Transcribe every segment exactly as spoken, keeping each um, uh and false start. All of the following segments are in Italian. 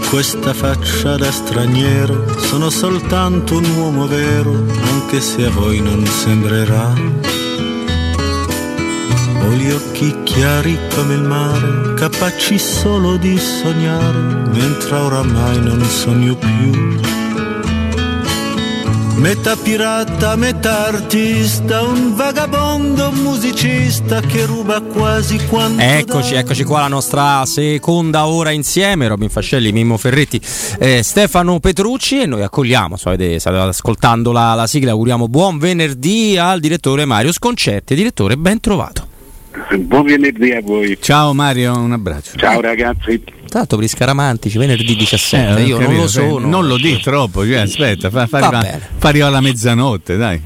questa faccia da straniero, sono soltanto un uomo vero, anche se a voi non sembrerà. Ho gli occhi chiari come il mare, capaci solo di sognare, mentre oramai non sogno più. Metà pirata, metà artista, un vagabondo musicista che ruba quasi quanto Eccoci, dà. eccoci qua la nostra seconda ora insieme, Robin Fascelli, Mimmo Ferretti, eh, Stefano Petrucci, e noi accogliamo, so, vedete, state ascoltando la, la sigla, auguriamo buon venerdì al direttore Mario Sconcerti. Direttore, ben trovato. Buon venerdì a voi. Ciao Mario, un abbraccio. Ciao ragazzi. Tra l'altro per gli scaramantici venerdì diciassette, eh, io capito, non lo sono. Non lo di troppo, cioè, aspetta, fa, fa, fa, fa arrivare la mezzanotte, dai.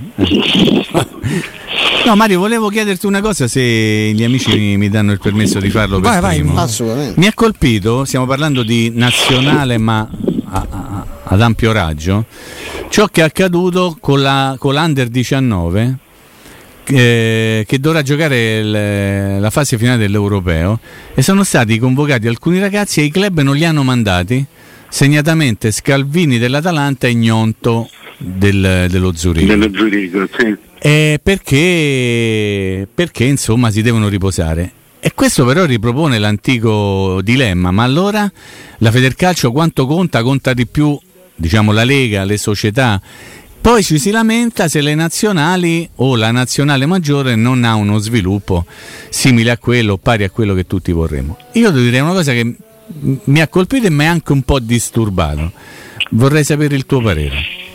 No Mario, volevo chiederti una cosa, se gli amici mi, mi danno il permesso di farlo per vai, primo. Vai, assolutamente. Mi ha colpito, stiamo parlando di nazionale ma a, a, ad ampio raggio, ciò che è accaduto con, la, con l'Under diciannove, Eh, che dovrà giocare il, la fase finale dell'Europeo, e sono stati convocati alcuni ragazzi e i club non li hanno mandati, segnatamente Scalvini dell'Atalanta e Gnonto del, dello Zurigo. Dello Zurigo, sì. Eh, perché, perché insomma si devono riposare. E questo però ripropone l'antico dilemma: ma allora la Federcalcio quanto conta? Conta di più, diciamo, la Lega, le società. Poi ci si lamenta se le nazionali o la nazionale maggiore non ha uno sviluppo simile a quello, pari a quello che tutti vorremmo. Io devo dire una cosa che mi ha colpito e mi ha anche un po' disturbato. Vorrei sapere il tuo parere.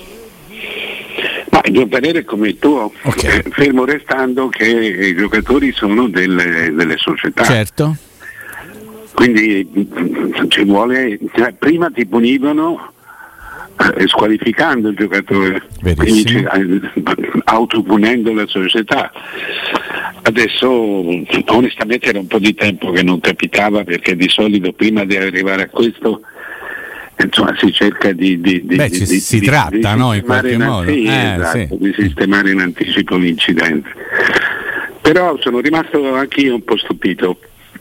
Ma il mio parere è come il tuo, okay. eh, fermo restando che i giocatori sono delle, delle società. Certo. Quindi ci vuole, cioè, prima ti punivano eh, squalificando il giocatore, quindi eh, autopunendo la società. Adesso onestamente era un po' di tempo che non capitava, perché di solito prima di arrivare a questo, insomma, si cerca di, di, di, Beh, di, si, di, si di, tratta, di no, in qualche in, modo sì, eh, esatto, sì. di sistemare in anticipo l'incidente. Però sono rimasto anche io un po' stupito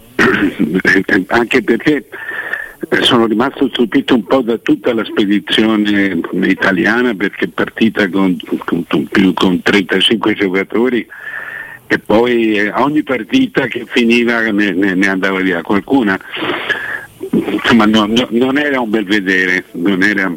anche perché sono rimasto stupito un po' da tutta la spedizione italiana, perché è partita con, con, più, con trentacinque giocatori e poi a ogni partita che finiva ne, ne, ne andava via qualcuna. Insomma, no, no, non era un bel vedere, non era,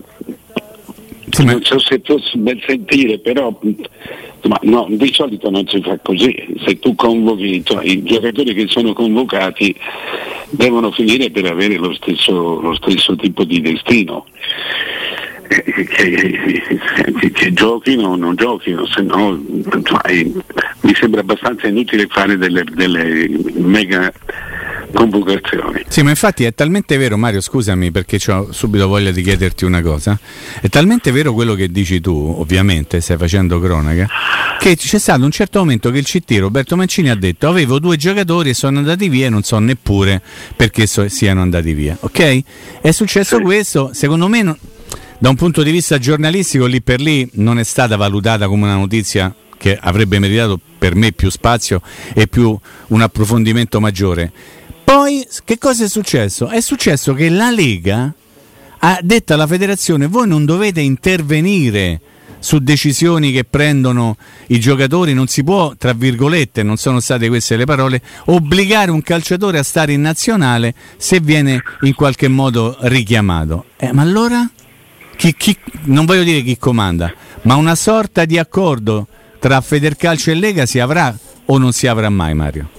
non so se fosse un bel sentire, però insomma, no, di solito non si fa così. Se tu convochi, cioè, i giocatori che sono convocati devono finire per avere lo stesso, lo stesso tipo di destino, eh, che, che, che giochino o non giochino, se no cioè, mi sembra abbastanza inutile fare delle, delle mega convocazioni. Sì, ma infatti è talmente vero, Mario, scusami perché ho subito voglia di chiederti una cosa, è talmente vero quello che dici tu, ovviamente stai facendo cronaca, che c'è stato un certo momento che il C T Roberto Mancini ha detto: avevo due giocatori e sono andati via e non so neppure perché so, siano andati via, ok? È successo sì. Questo, secondo me non, da un punto di vista giornalistico lì per lì non è stata valutata come una notizia che avrebbe meritato per me più spazio e più un approfondimento maggiore. Poi che cosa è successo? È successo che la Lega ha detto alla federazione: voi non dovete intervenire su decisioni che prendono i giocatori, non si può, tra virgolette, non sono state queste le parole, obbligare un calciatore a stare in nazionale se viene in qualche modo richiamato. Eh, ma allora chi, chi, non voglio dire chi comanda, ma una sorta di accordo tra Federcalcio e Lega si avrà o non si avrà mai, Mario?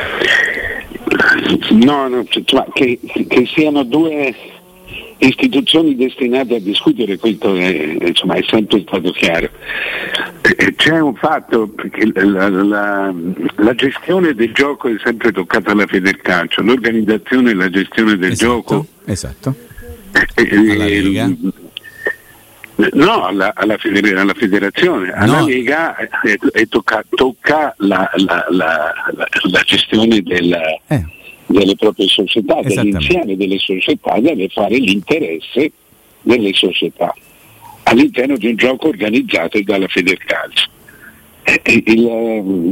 No, no, cioè, che, che siano due istituzioni destinate a discutere, questo è, insomma, è sempre stato chiaro. C'è un fatto, perché la, la, la gestione del gioco è sempre toccata alla Federcalcio, l'organizzazione e la gestione del esatto, gioco esatto. Eh, alla Lega? No, alla, alla, feder- alla federazione, alla no. Lega è, è tocca, tocca la, la, la, la, la gestione della, eh. delle proprie società, dell'insieme delle società, deve fare l'interesse delle società all'interno di un gioco organizzato dalla Federcalcio. Il,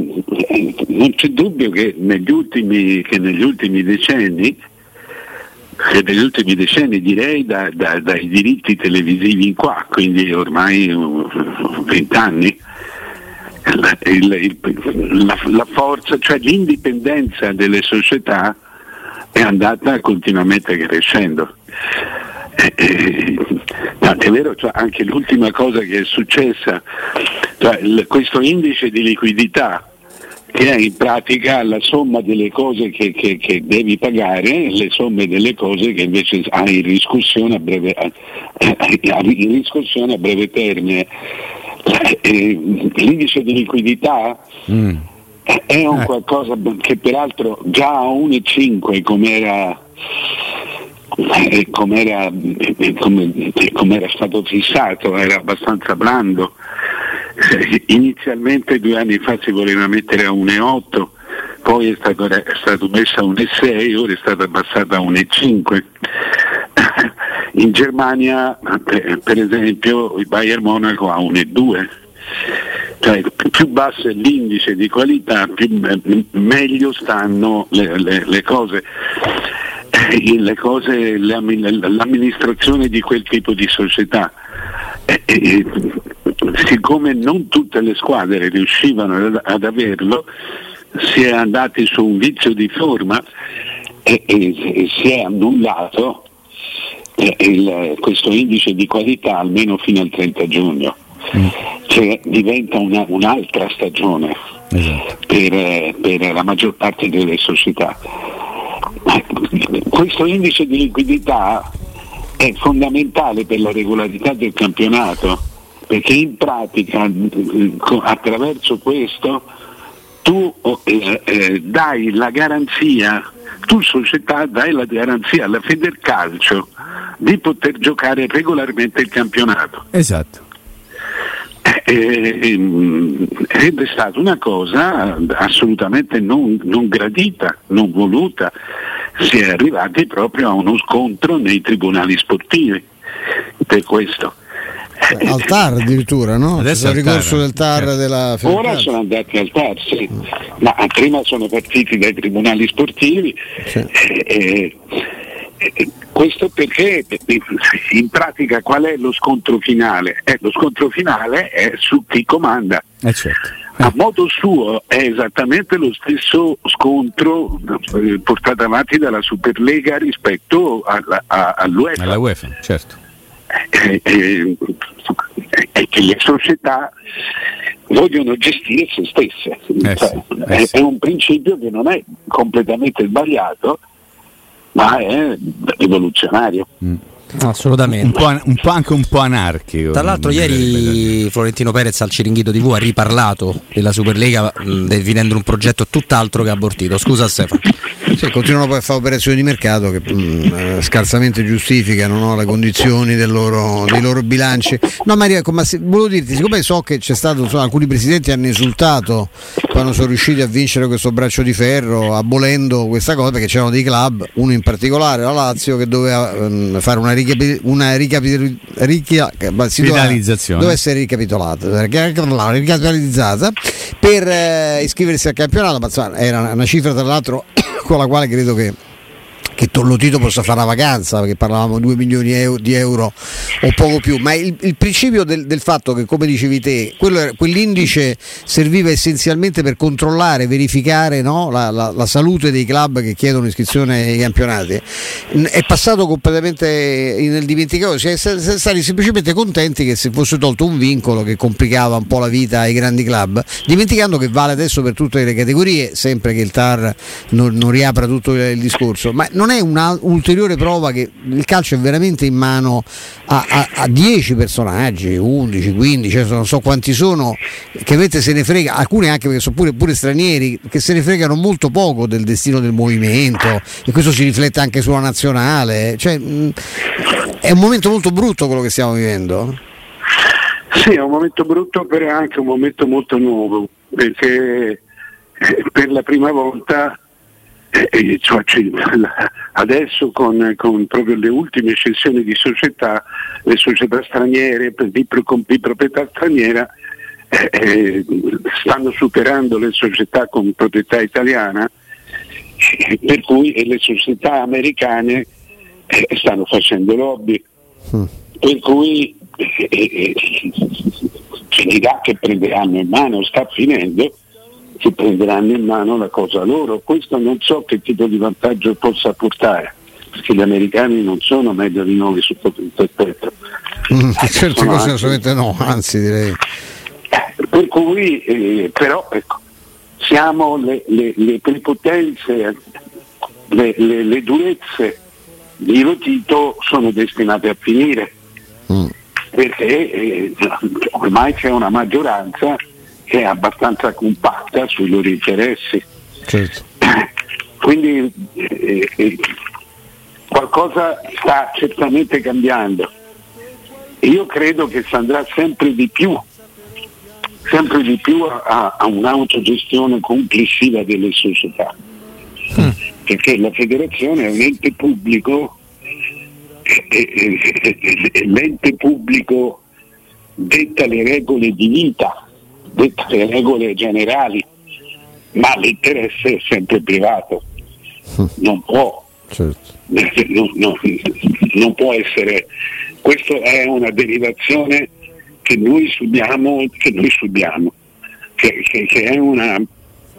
il, non c'è dubbio che negli ultimi, che negli ultimi decenni che negli ultimi decenni, direi da, da, dai diritti televisivi in qua, quindi ormai vent'anni, la, il, il, la, la forza, cioè l'indipendenza delle società è andata continuamente crescendo. Eh, eh, no, è vero, cioè, anche l'ultima cosa che è successa, cioè, il, questo indice di liquidità, che è in pratica la somma delle cose che, che, che devi pagare e le somme delle cose che invece hai in riscossione a breve, eh, in riscossione a breve termine. Eh, l'indice di liquidità mm. è un qualcosa che peraltro già a uno virgola cinque com'era eh, com'era, eh, come, com'era stato fissato, era abbastanza blando. Eh, inizialmente due anni fa si voleva mettere a uno virgola otto, poi è stato, è stato messo a uno virgola sei, ora è stato abbassato a uno virgola cinque. In Germania per, per esempio il Bayern Monaco a uno virgola due, cioè più basso è l'indice di qualità, più meglio stanno le, le, le cose. Le cose, l'amministrazione di quel tipo di società. E, e, siccome non tutte le squadre riuscivano ad, ad averlo, si è andati su un vizio di forma e, e, e si è annullato eh, il, questo indice di qualità almeno fino al trenta giugno, mm. cioè diventa una, un'altra stagione esatto. per, per la maggior parte delle società. Questo indice di liquidità è fondamentale per la regolarità del campionato, perché in pratica attraverso questo tu eh, eh, dai la garanzia, tu società dai la garanzia alla Federcalcio di poter giocare regolarmente il campionato. Esatto. Ed è stata una cosa assolutamente non, non gradita, non voluta. Si è arrivati proprio a uno scontro nei tribunali sportivi per questo. Al T A R addirittura, no? Adesso il ricorso del T A R della Federcalcio. Ora sono andati al T A R, sì, ma prima sono partiti dai tribunali sportivi. Sì. E, e, questo perché in pratica qual è lo scontro finale? Eh, lo scontro finale è su chi comanda. Eh certo. eh. A modo suo è esattamente lo stesso scontro eh, portato avanti dalla Superlega rispetto alla, a, all'UEFA. Alla UEFA, certo. È eh, eh, che le società vogliono gestire se stesse. Eh cioè, sì, è, eh sì. è un principio che non è completamente sbagliato, ma è rivoluzionario. Mm. Assolutamente. Un po', an- un po' anche un po' anarchico. Tra l'altro ieri Florentino Perez al Ciringhito tivù ha riparlato della Superlega mh, definendo un progetto tutt'altro che abortito. Scusa Stefano. Sì, continuano poi a fare operazioni di mercato che mh, scarsamente giustificano, no, le condizioni del loro, dei loro bilanci. No Maria, ma se, volevo dirti, siccome so che c'è stato, insomma, alcuni presidenti hanno esultato quando sono riusciti a vincere questo braccio di ferro abolendo questa cosa, perché c'erano dei club, uno in particolare la Lazio, che doveva mh, fare una ricapi- una ricapi- rica- ricapitalizzazione, doveva essere ricapitolata, ricapitalizzata per eh, iscriversi al campionato, ma insomma, era una cifra tra l'altro con la quale credo che che Tollotito possa fare una vacanza, perché parlavamo di due milioni di euro o poco più, ma il, il principio del, del fatto che, come dicevi te, quello, quell'indice serviva essenzialmente per controllare, verificare, no, la, la, la salute dei club che chiedono iscrizione ai campionati, è passato completamente nel dimenticato. Si è stati semplicemente contenti che si fosse tolto un vincolo che complicava un po' la vita ai grandi club, dimenticando che vale adesso per tutte le categorie, sempre che il T A R non, non riapra tutto il discorso. Ma non è una ulteriore prova che il calcio è veramente in mano a dieci personaggi, undici, quindici, non so quanti sono, che veramente se ne frega, alcuni anche perché sono pure, pure stranieri, che se ne fregano molto poco del destino del movimento, e questo si riflette anche sulla nazionale. Cioè, mh, è un momento molto brutto quello che stiamo vivendo. Sì, è un momento brutto, però è anche un momento molto nuovo, perché per la prima volta Eh, cioè, adesso con, con proprio le ultime cessioni di società, le società straniere di, con, di proprietà straniera eh, eh, stanno superando le società con proprietà italiana, eh, per cui e le società americane eh, stanno facendo lobby, mm. per cui eh, eh, finirà che prenderanno in mano, sta finendo che prenderanno in mano la cosa loro. Questo non so che tipo di vantaggio possa portare, perché gli americani non sono meglio di noi su questo aspetto. Mm, certe cose assolutamente no, anzi direi. Per cui eh, però ecco, siamo le, le, le prepotenze, le, le, le durezze di Lotito sono destinate a finire, mm. perché eh, ormai c'è una maggioranza che è abbastanza compatta sui loro interessi. Certo. Quindi eh, eh, qualcosa sta certamente cambiando. Io credo che si andrà sempre di più sempre di più a, a un'autogestione complessiva delle società, mm. perché la federazione è un ente pubblico e, e, e, e l'ente pubblico detta le regole di vita, detta le regole generali, ma l'interesse è sempre privato, mm. non può certo. non, non, non può essere. Questa è una derivazione che noi subiamo, che noi subiamo, che, che, che è una eh,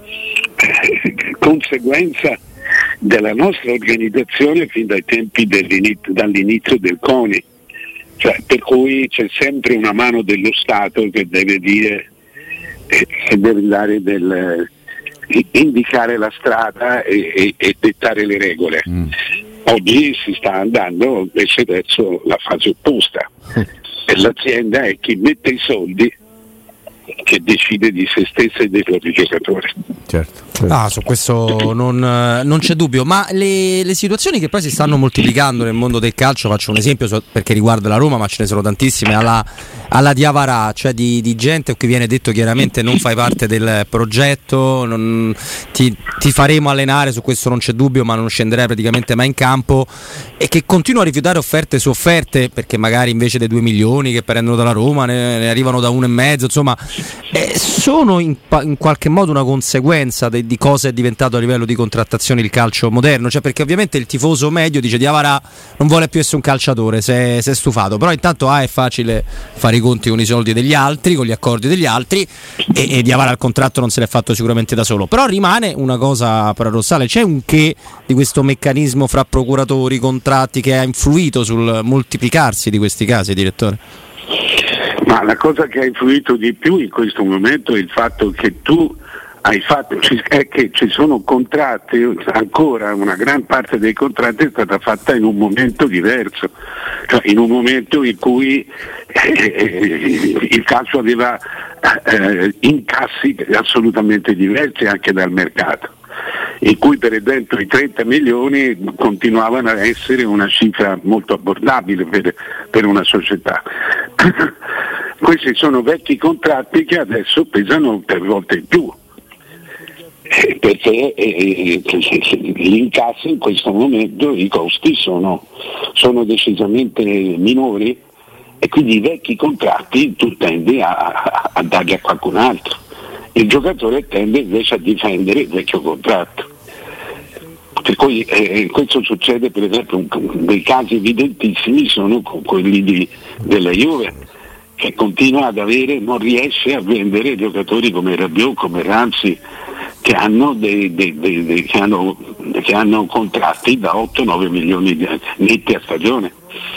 conseguenza della nostra organizzazione fin dai tempi dell'inizio, dall'inizio del CONI, cioè, per cui c'è sempre una mano dello Stato che deve dire, eh, che deve dare del, eh, indicare la strada e, e, e dettare le regole. Mm. Oggi si sta andando invece verso la fase opposta. E l'azienda è chi mette i soldi che decide di se stessa e dei propri giocatori. Certo. Ah, su questo non, non c'è dubbio, ma le, le situazioni che poi si stanno moltiplicando nel mondo del calcio, faccio un esempio perché riguarda la Roma, ma ce ne sono tantissime, alla, alla Diavarà, cioè di, di gente a cui viene detto chiaramente non fai parte del progetto, non, ti, ti faremo allenare, su questo non c'è dubbio, ma non scenderai praticamente mai in campo, e che continua a rifiutare offerte su offerte, perché magari invece dei due milioni che prendono dalla Roma ne, ne arrivano da uno e mezzo, insomma eh, sono in, in qualche modo una conseguenza de, di cosa è diventato a livello di contrattazione il calcio moderno, cioè perché ovviamente il tifoso medio dice Diavarà non vuole più essere un calciatore, si è, si è stufato, però intanto ah, è facile fare i conti con i soldi degli altri, con gli accordi degli altri, e, e Diavarà il contratto non se l'è fatto sicuramente da solo, però rimane una cosa paradossale, c'è un che di questo meccanismo fra procuratori, contratti che ha influito sul moltiplicarsi di questi casi, direttore? Ma la cosa che ha influito di più in questo momento è il fatto che tu hai fatto, è che ci sono contratti, ancora una gran parte dei contratti è stata fatta in un momento diverso, cioè in un momento in cui eh, il calcio aveva eh, incassi assolutamente diversi anche dal mercato, in cui per esempio i trenta milioni continuavano a essere una cifra molto abbordabile per, per una società. Questi sono vecchi contratti che adesso pesano tre volte in più, eh, perché eh, gli incassi in questo momento, i costi sono, sono decisamente minori, e quindi i vecchi contratti tu tendi a, a, a darli a qualcun altro. Il giocatore tende invece a difendere il vecchio contratto. Per cui eh, questo succede, per esempio, dei casi evidentissimi sono con quelli di, della Juve, che continua ad avere, non riesce a vendere giocatori come Rabiot, come Ramsey, che hanno, dei, dei, dei, dei, che hanno, che hanno contratti da otto nove milioni di netti a stagione,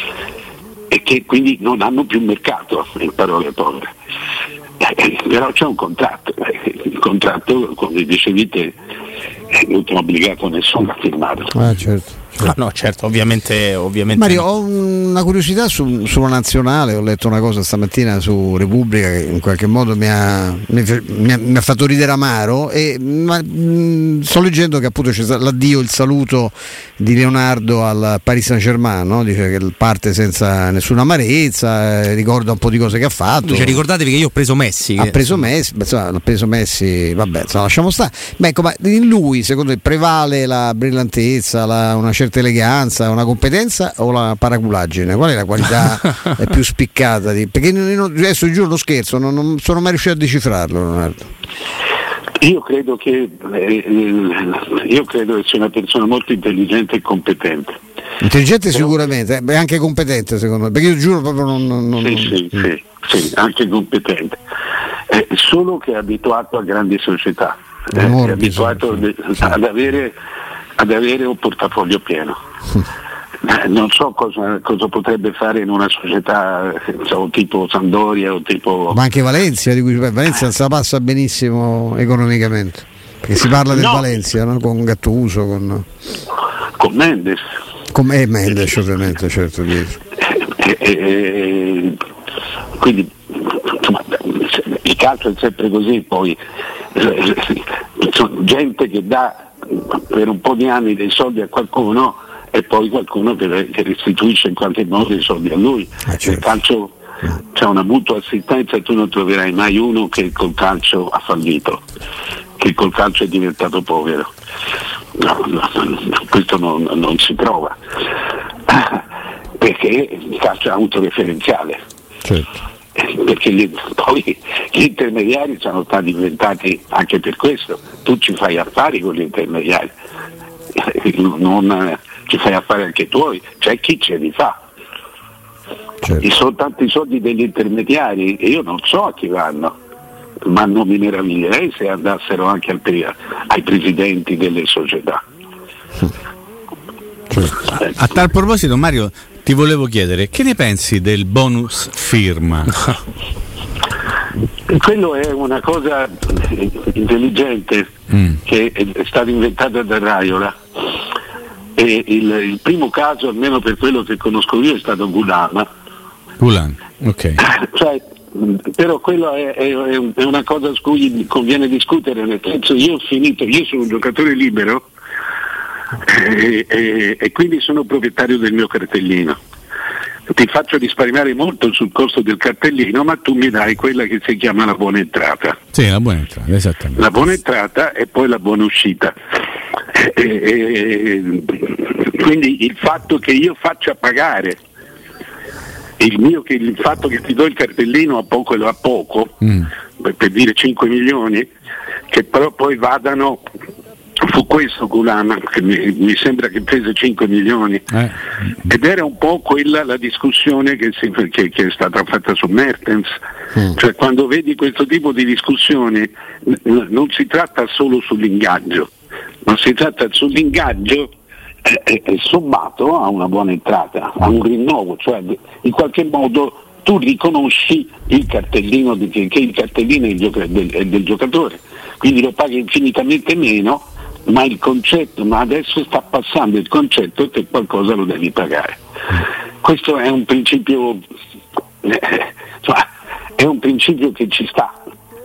e che quindi non hanno più mercato, in parole povere. Eh, però c'è un contratto, eh, il contratto, come dicevi te, eh, non ti ha obbligato nessuno a firmarlo. Ah, certo. Ah, no, certo, ovviamente, ovviamente. Mario, ho una curiosità su, sulla nazionale. Ho letto una cosa stamattina su Repubblica che in qualche modo mi ha, mi, mi ha, mi ha fatto ridere amaro, e ma, mh, sto leggendo che appunto c'è l'addio, il saluto di Leonardo al Paris Saint-Germain, no? Dice che parte senza nessuna amarezza, eh, ricorda un po' di cose che ha fatto. Dice, ricordatevi che io ho preso Messi. Ha che... preso Messi, beh, insomma, ha preso Messi, vabbè, insomma, lasciamo stare. Beh, ecco, ma in lui, secondo te, prevale la brillantezza, la, una certa eleganza, una competenza o la paraculaggine? Qual è la qualità più spiccata? Di... Perché non, adesso giuro, non scherzo, non, non sono mai riuscito a decifrarlo, Leonardo. Io credo che eh, io credo che sia una persona molto intelligente e competente, Intelligente sicuramente, è anche competente secondo me, perché io giuro proprio non... non, non sì, sì, sì, sì, anche competente, eh, solo che è abituato a grandi società, eh, è abituato sì, sì. Ad, avere, ad avere un portafoglio pieno. Eh, non so cosa, cosa potrebbe fare in una società so, tipo Sampdoria o tipo... Ma anche Valencia, di cui Valencia non se la passa benissimo economicamente, perché si parla del no. Valencia, no? Con Gattuso, con... con Mendes. Con eh, Mendes ovviamente, certo. Dietro. Eh, eh, quindi insomma, il calcio è sempre così, poi eh, gente che dà per un po' di anni dei soldi a qualcuno e poi qualcuno che, che restituisce in qualche modo i soldi a lui. Ah, certo. Il calcio c'è una mutua assistenza e tu non troverai mai uno che col calcio ha fallito, che col calcio è diventato povero. No, no, no, questo non, non si trova, perché il calcio è autoreferenziale. Certo. Perché gli, poi gli intermediari sono stati inventati anche per questo. Tu ci fai affari con gli intermediari, non ci fai affari anche tuoi, c'è chi ce li fa. Certo. I sono tanti soldi degli intermediari e io non so a chi vanno, ma non mi meraviglierei se andassero anche al, ai presidenti delle società. Certo. A, a tal proposito, Mario, ti volevo chiedere che ne pensi del bonus firma? Quello è una cosa intelligente mm. che è stata inventata da Raiola. E il, il primo caso, almeno per quello che conosco io, è stato Gulam. Gulam, ok. Cioè, però quello è, è, è una cosa su cui conviene discutere, nel senso io ho finito, io sono un giocatore libero e, e, e quindi sono proprietario del mio cartellino. Ti faccio risparmiare molto sul costo del cartellino, ma tu mi dai quella che si chiama la buona entrata. Sì, la buona entrata, esattamente. La buona entrata e poi la buona uscita. E, e, quindi il fatto che io faccia pagare il mio che il fatto che ti do il cartellino a poco e a poco mm. per, per dire cinque milioni, che però poi vadano, fu questo Gulam che mi, mi sembra che prese cinque milioni eh. ed era un po' quella la discussione che, si, che, che è stata fatta su Mertens. Mm. Cioè quando vedi questo tipo di discussioni n- non si tratta solo sull'ingaggio, ma si tratta sull'ingaggio eh, eh, sommato a una buona entrata, a un rinnovo, cioè in qualche modo tu riconosci il cartellino di, che il cartellino è, il gioca- del, è del giocatore, quindi lo paghi infinitamente meno, ma il concetto, ma adesso sta passando il concetto che qualcosa lo devi pagare. Questo è un principio eh, cioè, è un principio che ci sta,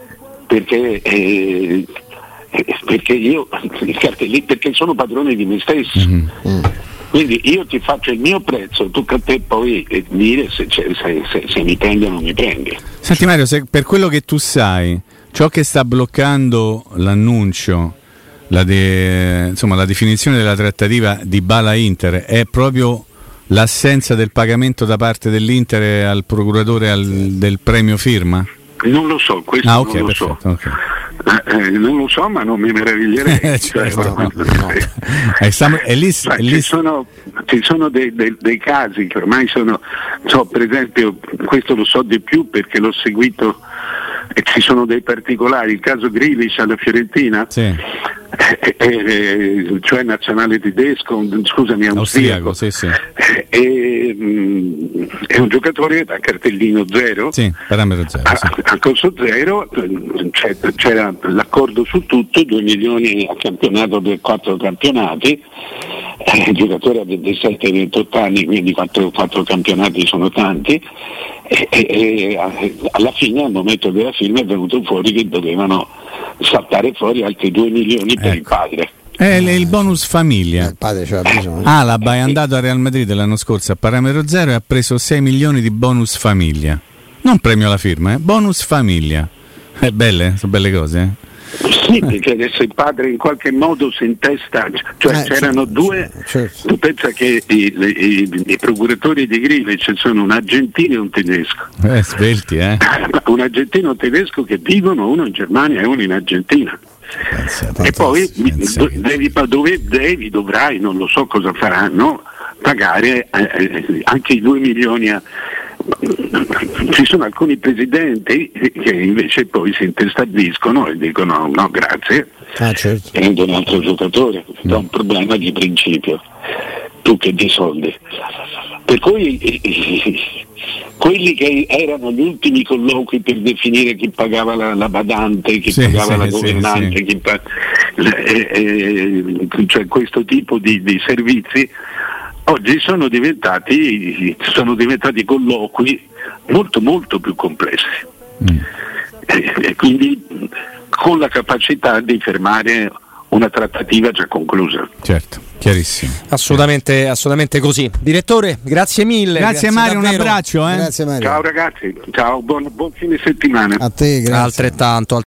perché eh, perché io il cartellino, perché sono padrone di me stesso. Mm-hmm. Quindi io ti faccio il mio prezzo, tu a te poi eh, dire se, se, se, se mi prendi o non mi prendi. Senti Mario, se per quello che tu sai, ciò che sta bloccando l'annuncio, la, de, insomma, la definizione della trattativa di Bala Inter è proprio l'assenza del pagamento da parte dell'Inter al procuratore al, del premio firma? Non lo so, questo ah, okay, non lo perfetto, so. Okay. Eh, non lo so, ma non mi meraviglierei. Eh, cioè, no, no, no. Eh, stiamo, è lì, è lì. Ci sono, ci sono dei, dei, dei casi che ormai sono, so, per esempio, questo lo so di più perché l'ho seguito e ci sono dei particolari, il caso Grealish alla Fiorentina, sì. eh, eh, cioè nazionale tedesco, scusami, austriaco, austriaco sì, sì. Eh, mh, è un giocatore da cartellino zero, sì, parametro zero, a, sì. a costo zero, c'era, c'era l'accordo su tutto, due milioni a campionato per quattro campionati, eh, il giocatore ha ventisette ventotto anni, quindi quattro, quattro campionati sono tanti, e, e, e alla fine al momento della firma è venuto fuori che dovevano saltare fuori altri due milioni per ecco. il padre. È il bonus famiglia. Il padre c'era bisogno. Alaba è andato a Real Madrid l'anno scorso a parametro zero e ha preso sei milioni di bonus famiglia. Non premio alla firma, eh? Bonus famiglia. È belle, sono belle cose, eh? Sì, perché adesso il padre in qualche modo si intesta, cioè eh, c'erano certo, due, certo. Tu pensa che i, i, i procuratori di Grealish sono un argentino e un tedesco. Eh, svelti, eh? Un argentino e un tedesco che vivono, uno in Germania e uno in Argentina. Pensa, e poi do, devi, dove, devi, dovrai, non lo so cosa faranno, pagare eh, anche i due milioni a... Ci sono alcuni presidenti che invece poi si intestardiscono e dicono no grazie, ah, certo. prendo un altro giocatore, è un problema di principio più che di soldi. Per cui eh, eh, quelli che erano gli ultimi colloqui per definire chi pagava la, la badante, chi sì, pagava sì, la sì, governante, sì. Chi pa- eh, eh, cioè questo tipo di, di servizi oggi sono diventati, sono diventati colloqui molto molto più complessi mm. e, e quindi con la capacità di fermare una trattativa già conclusa. Certo, chiarissimo. Assolutamente, assolutamente così. Direttore, grazie mille. Grazie, grazie Mario, davvero. Un abbraccio. Eh? Grazie Mario. Ciao ragazzi, ciao, buon, buon fine settimana. A te, grazie. Altrettanto.